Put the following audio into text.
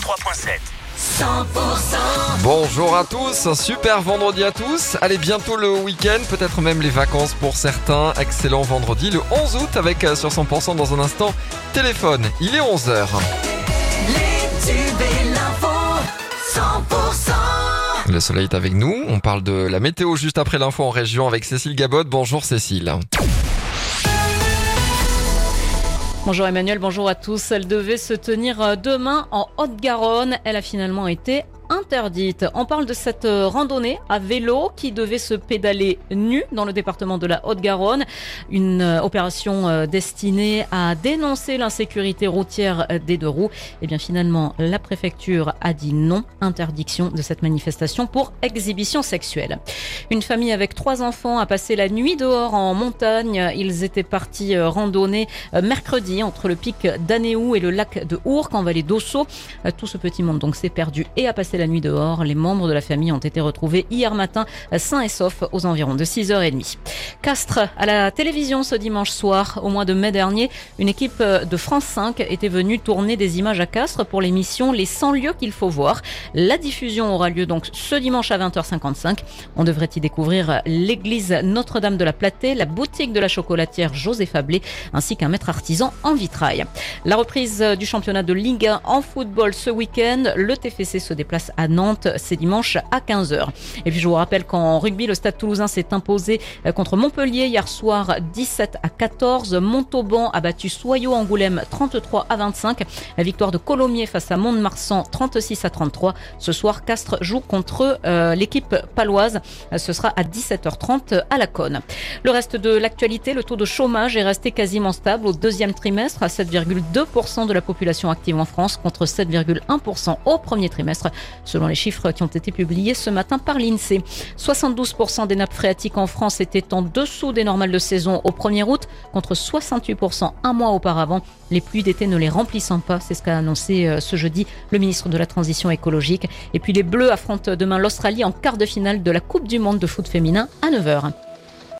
103.7. 100%. Bonjour à tous, un super vendredi à tous. Allez, bientôt le week-end, peut-être même les vacances pour certains. Excellent vendredi le 11 août avec sur 100% dans un instant téléphone. Il est 11h. Les tubes et l'info. 100%. Le soleil est avec nous. On parle de la météo juste après l'info en région avec Cécile Gabot. Bonjour Cécile. Bonjour Emmanuel, bonjour à tous. Elle devait se tenir demain en Haute-Garonne. Elle a finalement été interdite. On parle de cette randonnée à vélo qui devait se pédaler nue dans le département de la Haute-Garonne. Une opération destinée à dénoncer l'insécurité routière des deux roues. Et bien finalement, la préfecture a dit non. Interdiction de cette manifestation pour exhibition sexuelle. Une famille avec 3 enfants a passé la nuit dehors en montagne. Ils étaient partis randonner mercredi entre le pic d'Anéou et le lac de Ourcq en vallée d'Ossau. Tout ce petit monde donc s'est perdu et a passé la nuit dehors. Les membres de la famille ont été retrouvés hier matin sains et saufs aux environs de 6h30. Castres à la télévision ce dimanche soir. Au mois de mai dernier, une équipe de France 5 était venue tourner des images à Castres pour l'émission Les 100 lieux qu'il faut voir. La diffusion aura lieu donc ce dimanche à 20h55. On devrait y découvrir l'église Notre-Dame de la Platée, la boutique de la chocolatière José Fablé ainsi qu'un maître artisan en vitrail. La reprise du championnat de Ligue 1 en football ce week-end. Le TFC se déplace à Nantes, c'est dimanche à 15h. Et puis je vous rappelle qu'en rugby, le Stade Toulousain s'est imposé contre Montpellier hier soir 17-14. Montauban a battu Soyaux-Angoulême 33-25. La victoire de Colomiers face à Mont-de-Marsan 36-33. Ce soir, Castres joue contre l'équipe paloise. Ce sera à 17h30 à la Conne. Le reste de l'actualité, le taux de chômage est resté quasiment stable au deuxième trimestre à 7,2% de la population active en France contre 7,1% au premier trimestre. Selon les chiffres qui ont été publiés ce matin par l'INSEE. 72% des nappes phréatiques en France étaient en dessous des normales de saison au 1er août, contre 68% un mois auparavant. Les pluies d'été ne les remplissant pas, c'est ce qu'a annoncé ce jeudi le ministre de la Transition écologique. Et puis les Bleus affrontent demain l'Australie en quart de finale de la Coupe du Monde de foot féminin à 9h.